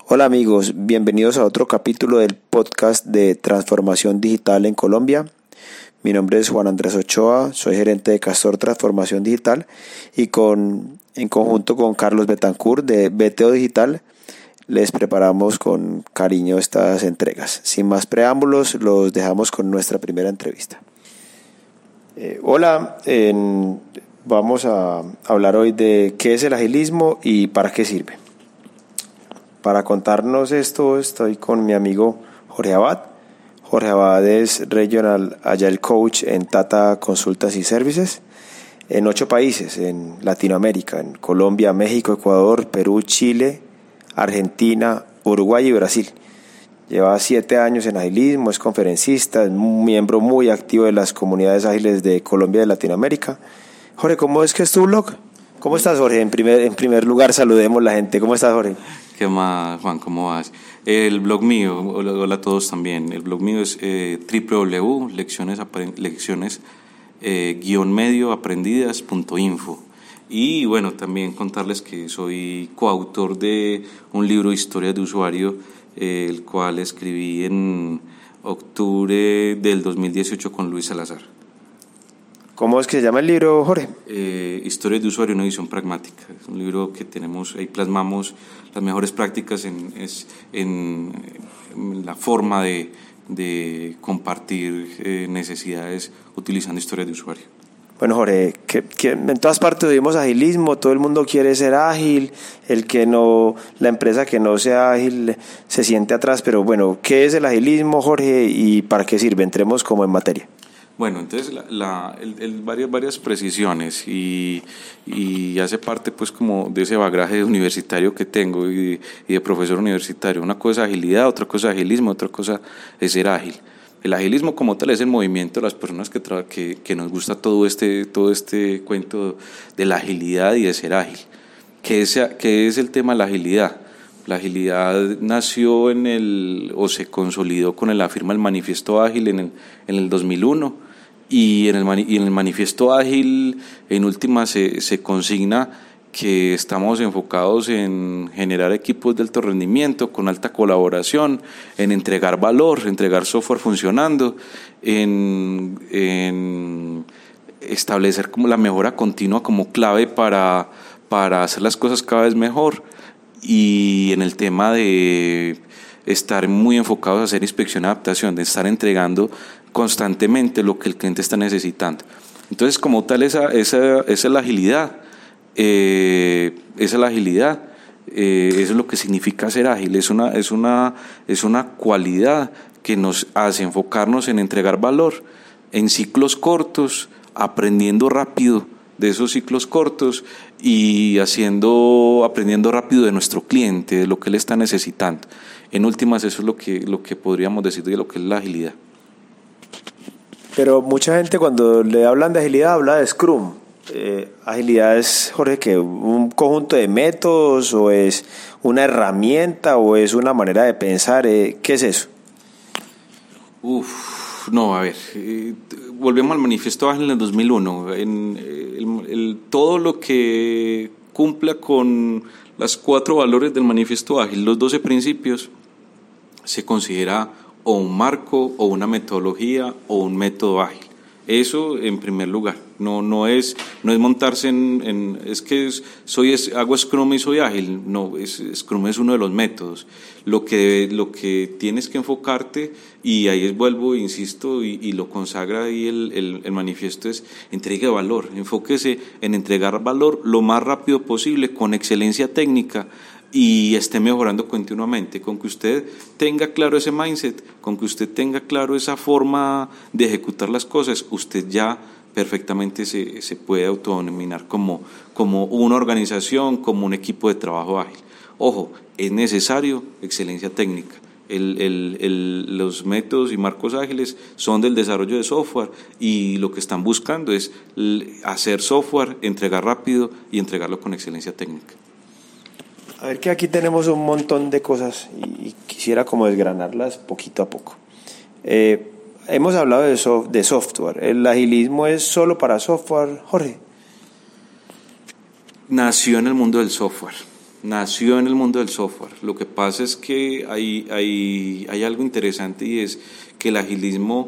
Hola amigos, bienvenidos a otro capítulo del podcast de Transformación Digital en Colombia. Mi nombre es Juan Andrés Ochoa, soy gerente de Castor Transformación Digital y en conjunto con Carlos Betancourt de BTO Digital les preparamos con cariño estas entregas. Sin más preámbulos, los dejamos con nuestra primera entrevista. Vamos a hablar hoy de qué es el agilismo y para qué sirve. Para contarnos esto estoy con mi amigo Jorge Abad. Jorge Abad es Regional Agile Coach en Tata Consultancy Services en 8 países en Latinoamérica, en Colombia, México, Ecuador, Perú, Chile, Argentina, Uruguay y Brasil. Lleva 7 años en agilismo, es conferencista, es un miembro muy activo de las comunidades ágiles de Colombia y de Latinoamérica. Jorge, ¿cómo es que es tu blog? ¿Cómo estás, Jorge? En primer lugar, saludemos a la gente. ¿Cómo estás, Jorge? ¿Qué más, Juan? ¿Cómo vas? El blog mío, hola a todos también. El blog mío es www.lecciones-medioaprendidas.info. Y bueno, también contarles que soy coautor de un libro de historia de usuario, el cual escribí en octubre del 2018 con Luis Salazar. ¿Cómo es que se llama el libro, Jorge? Historia de usuario, una edición pragmática. Es un libro que tenemos, ahí plasmamos las mejores prácticas en la forma de compartir necesidades utilizando historia de usuario. Bueno, Jorge, que en todas partes vivimos agilismo, todo el mundo quiere ser ágil, la empresa que no sea ágil se siente atrás, pero bueno, ¿qué es el agilismo, Jorge, y para qué sirve? Entremos como en materia. Bueno, entonces varias precisiones y hace parte pues como de ese bagaje universitario que tengo y de profesor universitario. Una cosa es agilidad, otra cosa es agilismo, otra cosa es ser ágil. El agilismo como tal es el movimiento de las personas que nos gusta todo este cuento de la agilidad y de ser ágil. ¿Qué es el tema de la agilidad? La agilidad nació o se consolidó con la firma del Manifiesto Ágil en el 2001 y en el Manifiesto Ágil en última se consigna que estamos enfocados en generar equipos de alto rendimiento con alta colaboración, en entregar valor, entregar software funcionando, en establecer como la mejora continua como clave para hacer las cosas cada vez mejor. Y en el tema de estar muy enfocados a hacer inspección y adaptación, de estar entregando constantemente lo que el cliente está necesitando. Entonces, como tal, esa es la agilidad. Esa es la agilidad. Eso es lo que significa ser ágil. Es una cualidad que nos hace enfocarnos en entregar valor en ciclos cortos, aprendiendo rápido de esos ciclos cortos y aprendiendo rápido de nuestro cliente, de lo que él está necesitando. En últimas, eso es lo que podríamos decir de lo que es la agilidad. Pero mucha gente cuando le hablan de agilidad habla de Scrum. ¿Agilidad es, Jorge, que un conjunto de métodos o es una herramienta o es una manera de pensar? ¿Qué es eso? No, a ver, volvemos al Manifiesto Ágil en el 2001. Todo lo que cumpla con las 4 valores del Manifiesto Ágil, los 12 principios, se considera o un marco, o una metodología, o un método ágil. Eso en primer lugar. No es montarse hago Scrum y soy ágil. No, Scrum es uno de los métodos. Lo que tienes que enfocarte, y ahí vuelvo, insisto, y lo consagra ahí el manifiesto, es entregue valor. Enfóquese en entregar valor lo más rápido posible, con excelencia técnica, y esté mejorando continuamente. Con que usted tenga claro ese mindset, con que usted tenga claro esa forma de ejecutar las cosas, usted ya perfectamente se puede autodenominar como una organización, como un equipo de trabajo ágil. Ojo, es necesario excelencia técnica. Los métodos y marcos ágiles son del desarrollo de software, y lo que están buscando es hacer software, entregar rápido y entregarlo con excelencia técnica. A ver, que aquí tenemos un montón de cosas y quisiera como desgranarlas poquito a poco. Hemos hablado de software. ¿El agilismo es solo para software, Jorge? Nació en el mundo del software. nació en el mundo del software. Lo que pasa es que hay algo interesante, y es que el agilismo,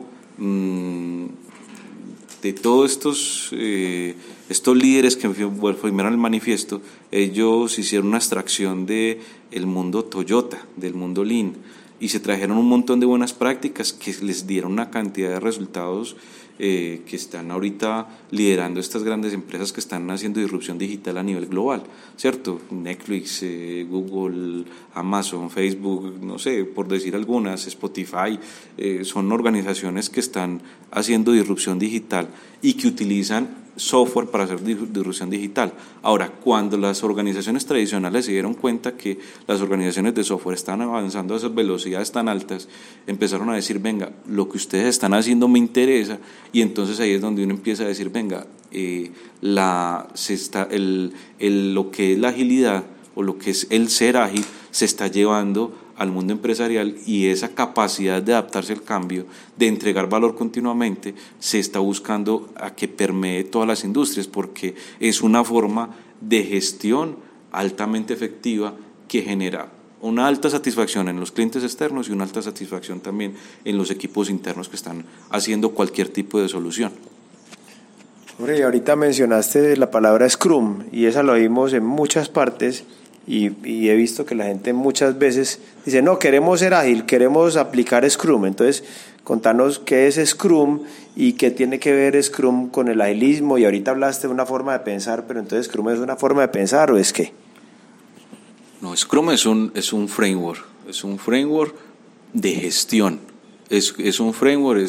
de todos estos líderes que firmaron el manifiesto, ellos hicieron una extracción de el mundo Toyota, del mundo Lean, y se trajeron un montón de buenas prácticas que les dieron una cantidad de resultados, que están ahorita liderando estas grandes empresas que están haciendo disrupción digital a nivel global, ¿cierto? Netflix, Google, Amazon, Facebook, no sé, por decir algunas, Spotify, son organizaciones que están haciendo disrupción digital y que utilizan software para hacer disrupción digital. Ahora, cuando las organizaciones tradicionales se dieron cuenta que las organizaciones de software están avanzando a esas velocidades tan altas, empezaron a decir, venga, lo que ustedes están haciendo me interesa, y entonces ahí es donde uno empieza a decir, venga, lo que es la agilidad, o lo que es el ser ágil, se está llevando al mundo empresarial, y esa capacidad de adaptarse al cambio, de entregar valor continuamente, se está buscando a que permee todas las industrias, porque es una forma de gestión altamente efectiva que genera una alta satisfacción en los clientes externos y una alta satisfacción también en los equipos internos que están haciendo cualquier tipo de solución. Jorge, ahorita mencionaste la palabra Scrum, y esa lo vimos en muchas partes, y he visto que la gente muchas veces dice, no, queremos ser ágil, queremos aplicar Scrum. Entonces, contanos qué es Scrum y qué tiene que ver Scrum con el agilismo. Y ahorita hablaste de una forma de pensar, pero entonces, ¿Scrum es una forma de pensar o es qué? No, Scrum es un framework, de gestión, es un framework,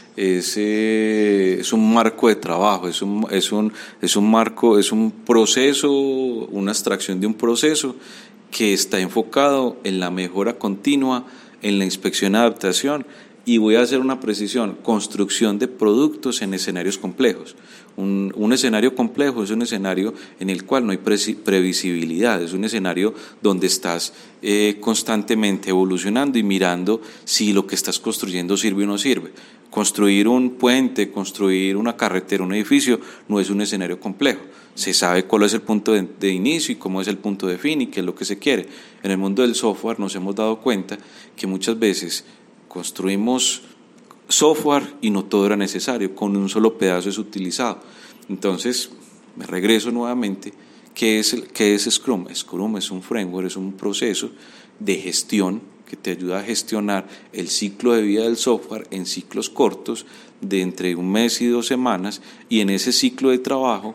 es un marco de trabajo, es un marco, es un proceso, una abstracción de un proceso que está enfocado en la mejora continua, en la inspección y adaptación, y voy a hacer una precisión: construcción de productos en escenarios complejos. Un escenario complejo es un escenario en el cual no hay previsibilidad, es un escenario donde estás constantemente evolucionando y mirando si lo que estás construyendo sirve o no sirve. Construir un puente, construir una carretera, un edificio, no es un escenario complejo. Se sabe cuál es el punto de inicio y cómo es el punto de fin y qué es lo que se quiere. En el mundo del software nos hemos dado cuenta que muchas veces construimos software y no todo era necesario, con un solo pedazo es utilizado. Entonces, me regreso nuevamente, ¿qué es Scrum? Scrum es un framework, es un proceso de gestión que te ayuda a gestionar el ciclo de vida del software en ciclos cortos de entre un mes y 2 semanas, y en ese ciclo de trabajo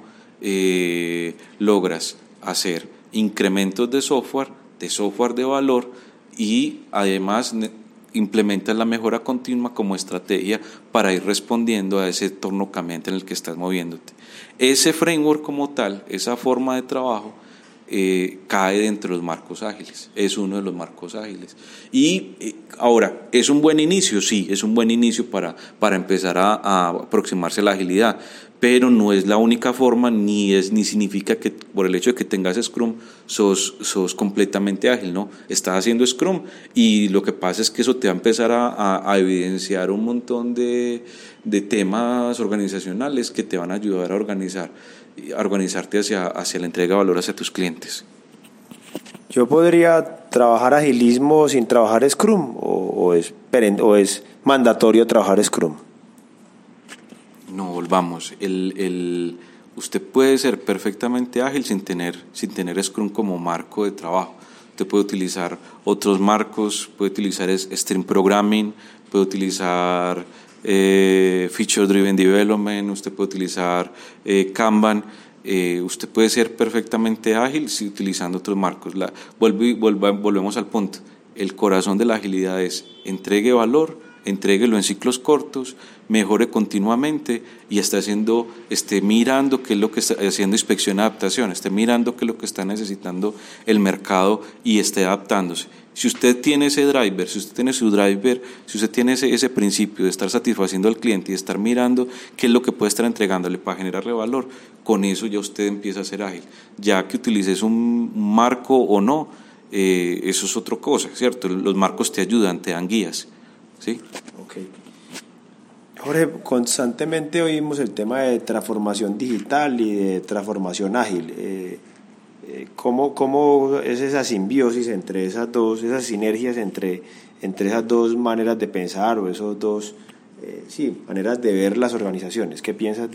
logras hacer incrementos de software de valor, y además implementas la mejora continua como estrategia para ir respondiendo a ese entorno cambiante en el que estás moviéndote. Ese framework como tal, esa forma de trabajo, cae dentro de los marcos ágiles, es uno de los marcos ágiles. Y ahora, ¿es un buen inicio? Sí, es un buen inicio para empezar a aproximarse a la agilidad, pero no es la única forma, ni significa que por el hecho de que tengas Scrum sos completamente ágil, ¿no? Estás haciendo Scrum, y lo que pasa es que eso te va a empezar a evidenciar un montón de temas organizacionales que te van a ayudar a organizarte hacia la entrega de valor hacia tus clientes. ¿Yo podría trabajar agilismo sin trabajar Scrum o es mandatorio trabajar Scrum? No, volvamos. Usted puede ser perfectamente ágil sin tener Scrum como marco de trabajo. Usted puede utilizar otros marcos, puede utilizar Stream Programming, puede utilizar Feature Driven Development, usted puede utilizar Kanban. Usted puede ser perfectamente ágil utilizando otros marcos. Volvemos al punto. El corazón de la agilidad es: entregue valor, entréguelo en ciclos cortos, mejore continuamente, y esté mirando qué es lo que está haciendo, inspección y adaptación, esté mirando qué es lo que está necesitando el mercado y esté adaptándose. Si usted tiene ese driver, si usted tiene ese principio de estar satisfaciendo al cliente y estar mirando qué es lo que puede estar entregándole para generarle valor, con eso ya usted empieza a ser ágil. Ya que utilices un marco o no, eso es otra cosa, ¿cierto? Los marcos te ayudan, te dan guías, ¿sí? Okay. Jorge, constantemente oímos el tema de transformación digital y de transformación ágil. ¿Cómo es esa simbiosis entre esas sinergias entre esas dos maneras de pensar o esos dos maneras de ver las organizaciones? ¿Qué piensas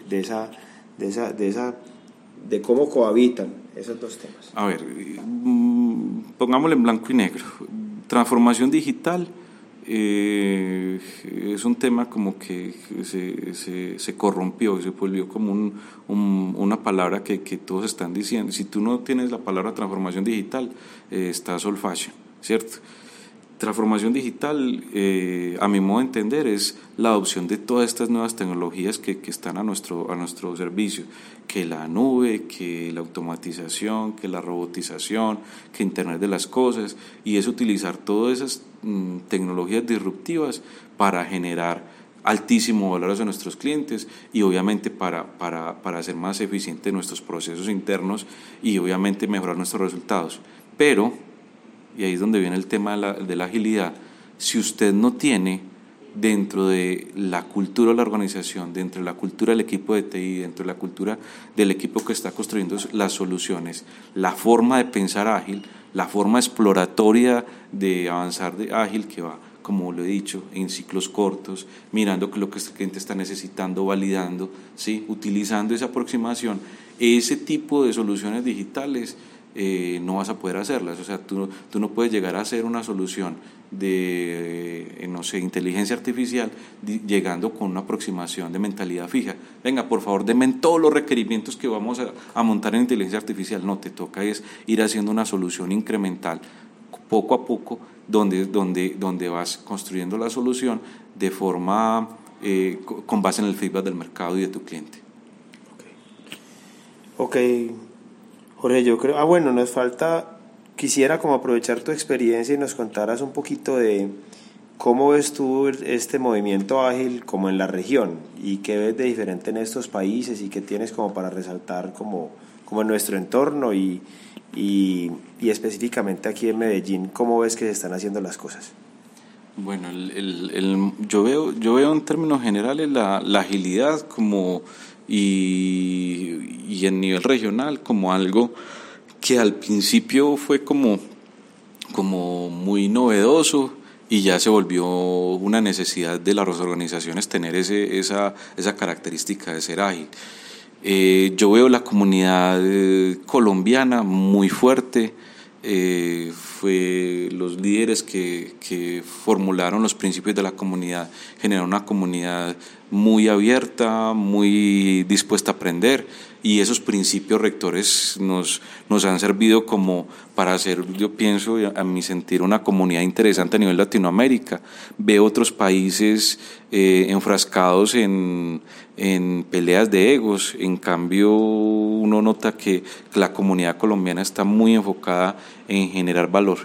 de cómo cohabitan esos dos temas? A ver, pongámosle en blanco y negro. Transformación digital es un tema como que se corrompió, se volvió como una palabra que todos están diciendo. Si tú no tienes la palabra transformación digital, estás old fashion, ¿cierto? Transformación digital, a mi modo de entender, es la adopción de todas estas nuevas tecnologías que están a nuestro servicio, que la nube, que la automatización, que la robotización, que Internet de las cosas, y es utilizar todas esas tecnologías disruptivas para generar altísimo valor a nuestros clientes y obviamente para hacer más eficientes nuestros procesos internos y obviamente mejorar nuestros resultados. Pero, y ahí es donde viene el tema de la agilidad, si usted no tiene dentro de la cultura de la organización, dentro de la cultura del equipo de TI, dentro de la cultura del equipo que está construyendo las soluciones, la forma de pensar ágil, la forma exploratoria de avanzar de ágil que va, como lo he dicho, en ciclos cortos, mirando lo que el cliente está necesitando, validando, ¿sí? Utilizando esa aproximación, ese tipo de soluciones digitales no vas a poder hacerlas. O sea, tú no puedes llegar a hacer una solución de, inteligencia artificial llegando con una aproximación de mentalidad fija. Venga, por favor, denme todos los requerimientos que vamos a montar en inteligencia artificial. No, te toca es ir haciendo una solución incremental, poco a poco, donde vas construyendo la solución de forma con base en el feedback del mercado y de tu cliente. Ok. Jorge, yo creo, quisiera como aprovechar tu experiencia y nos contaras un poquito de cómo ves tú este movimiento ágil como en la región y qué ves de diferente en estos países y qué tienes como para resaltar como en nuestro entorno y específicamente aquí en Medellín, cómo ves que se están haciendo las cosas. Bueno, yo veo en términos generales la agilidad como y en nivel regional como algo que al principio fue como muy novedoso y ya se volvió una necesidad de las organizaciones tener esa característica de ser ágil. Yo veo la comunidad colombiana muy fuerte. Fue los líderes que formularon los principios de la comunidad, generaron una comunidad muy abierta, muy dispuesta a aprender, y esos principios rectores nos han servido como para hacer, yo pienso, a mi sentir, una comunidad interesante a nivel Latinoamérica. Veo otros países enfrascados en peleas de egos. En cambio, uno nota que la comunidad colombiana está muy enfocada en generar valor,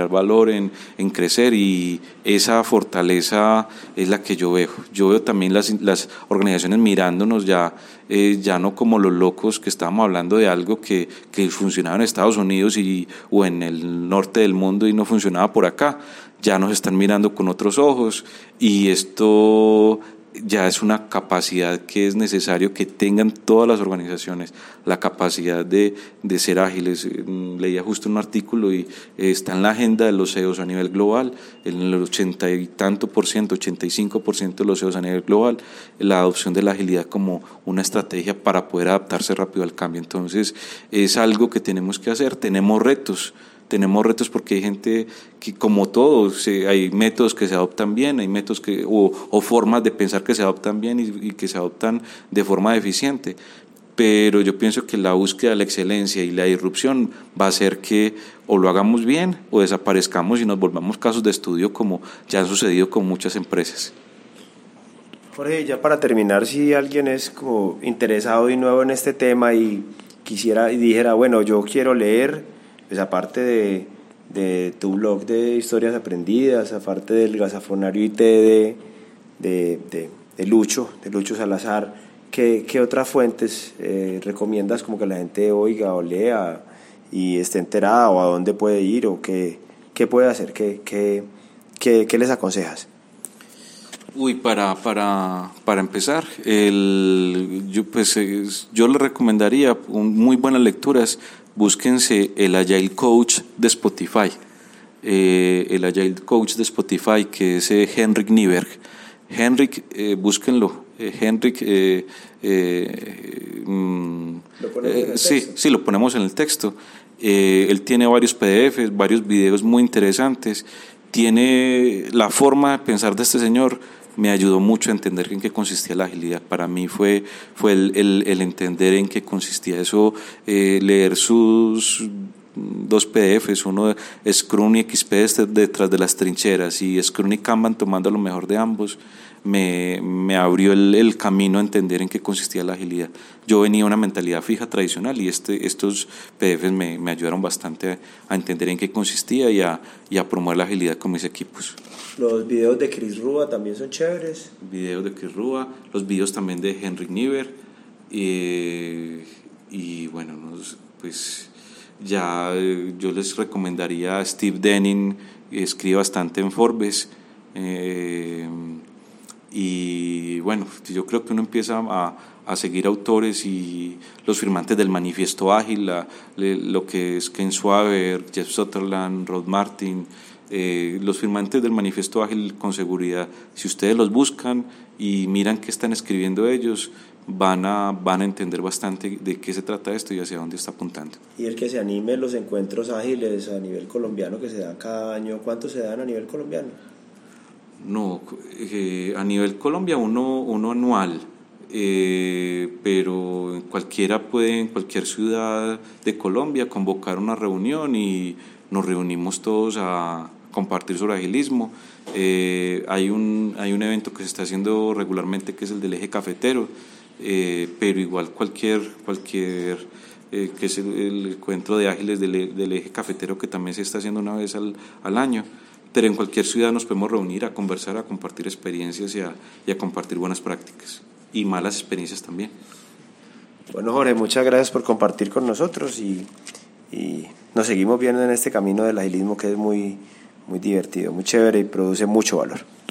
en crecer, y esa fortaleza es la que yo veo. Yo veo también las organizaciones mirándonos ya no como los locos que estábamos hablando de algo que funcionaba en Estados Unidos o en el norte del mundo y no funcionaba por acá. Ya nos están mirando con otros ojos, y esto ya es una capacidad que es necesario que tengan todas las organizaciones, la capacidad de ser ágiles. Leía justo un artículo y está en la agenda de los CEOs a nivel global, en el 80 y tanto por ciento, 85% de los CEOs a nivel global, la adopción de la agilidad como una estrategia para poder adaptarse rápido al cambio. Entonces es algo que tenemos que hacer. Tenemos retos porque hay gente que, como todos, hay métodos que se adoptan bien, hay métodos o formas de pensar que se adoptan bien y que se adoptan de forma eficiente, pero yo pienso que la búsqueda de la excelencia y la disrupción va a hacer que o lo hagamos bien o desaparezcamos y nos volvamos casos de estudio, como ya han sucedido con muchas empresas. Jorge, ya para terminar, si alguien es como interesado y nuevo en este tema y dijera, bueno, yo quiero leer, pues aparte de tu blog de historias aprendidas, aparte del gasafonario IT de Lucho Salazar, ¿qué otras fuentes recomiendas como que la gente oiga o lea y esté enterada, o a dónde puede ir, o qué puede hacer, qué les aconsejas? Para empezar, yo le recomendaría muy buenas lecturas búsquense el Agile Coach de Spotify. El Agile Coach de Spotify, que es Henrik Nieberg. Henrik, búsquenlo. Henrik, sí, lo ponemos en el texto. Él tiene varios PDFs, varios videos muy interesantes. Tiene la forma de pensar de este señor. Me ayudó mucho a entender en qué consistía la agilidad. Para mí fue el entender en qué consistía eso, leer sus 2 PDFs, uno de Scrum y XP detrás de las trincheras, y Scrum y Kanban tomando lo mejor de ambos, me abrió el camino a entender en qué consistía la agilidad. Yo venía de una mentalidad fija tradicional, y estos PDFs me ayudaron bastante a entender en qué consistía y a promover la agilidad con mis equipos. Los videos de Chris Rua también son chéveres. Videos de Chris Rua, los videos también de Henrik Nieberg, y bueno, pues ya yo les recomendaría a Steve Denning, escribe bastante en Forbes, y bueno, yo creo que uno empieza a seguir autores y los firmantes del Manifiesto Ágil, lo que es Ken Swaber, Jeff Sutherland, Rod Martin, los firmantes del Manifiesto Ágil, con seguridad, si ustedes los buscan y miran qué están escribiendo ellos, van a entender bastante de qué se trata esto y hacia dónde está apuntando. Y el que se anime los encuentros ágiles a nivel colombiano que se dan cada año, ¿cuántos se dan a nivel colombiano? No, a nivel Colombia uno anual, pero cualquiera puede en cualquier ciudad de Colombia convocar una reunión y nos reunimos todos a compartir sobre agilismo. Hay un evento que se está haciendo regularmente, que es el del eje cafetero, pero igual cualquier que es el encuentro de ágiles del eje cafetero, que también se está haciendo una vez al año. Pero en cualquier ciudad nos podemos reunir a conversar, a compartir experiencias y a compartir buenas prácticas y malas experiencias también. Bueno, Jorge, muchas gracias por compartir con nosotros, y nos seguimos viendo en este camino del agilismo, que es muy, muy divertido, muy chévere y produce mucho valor.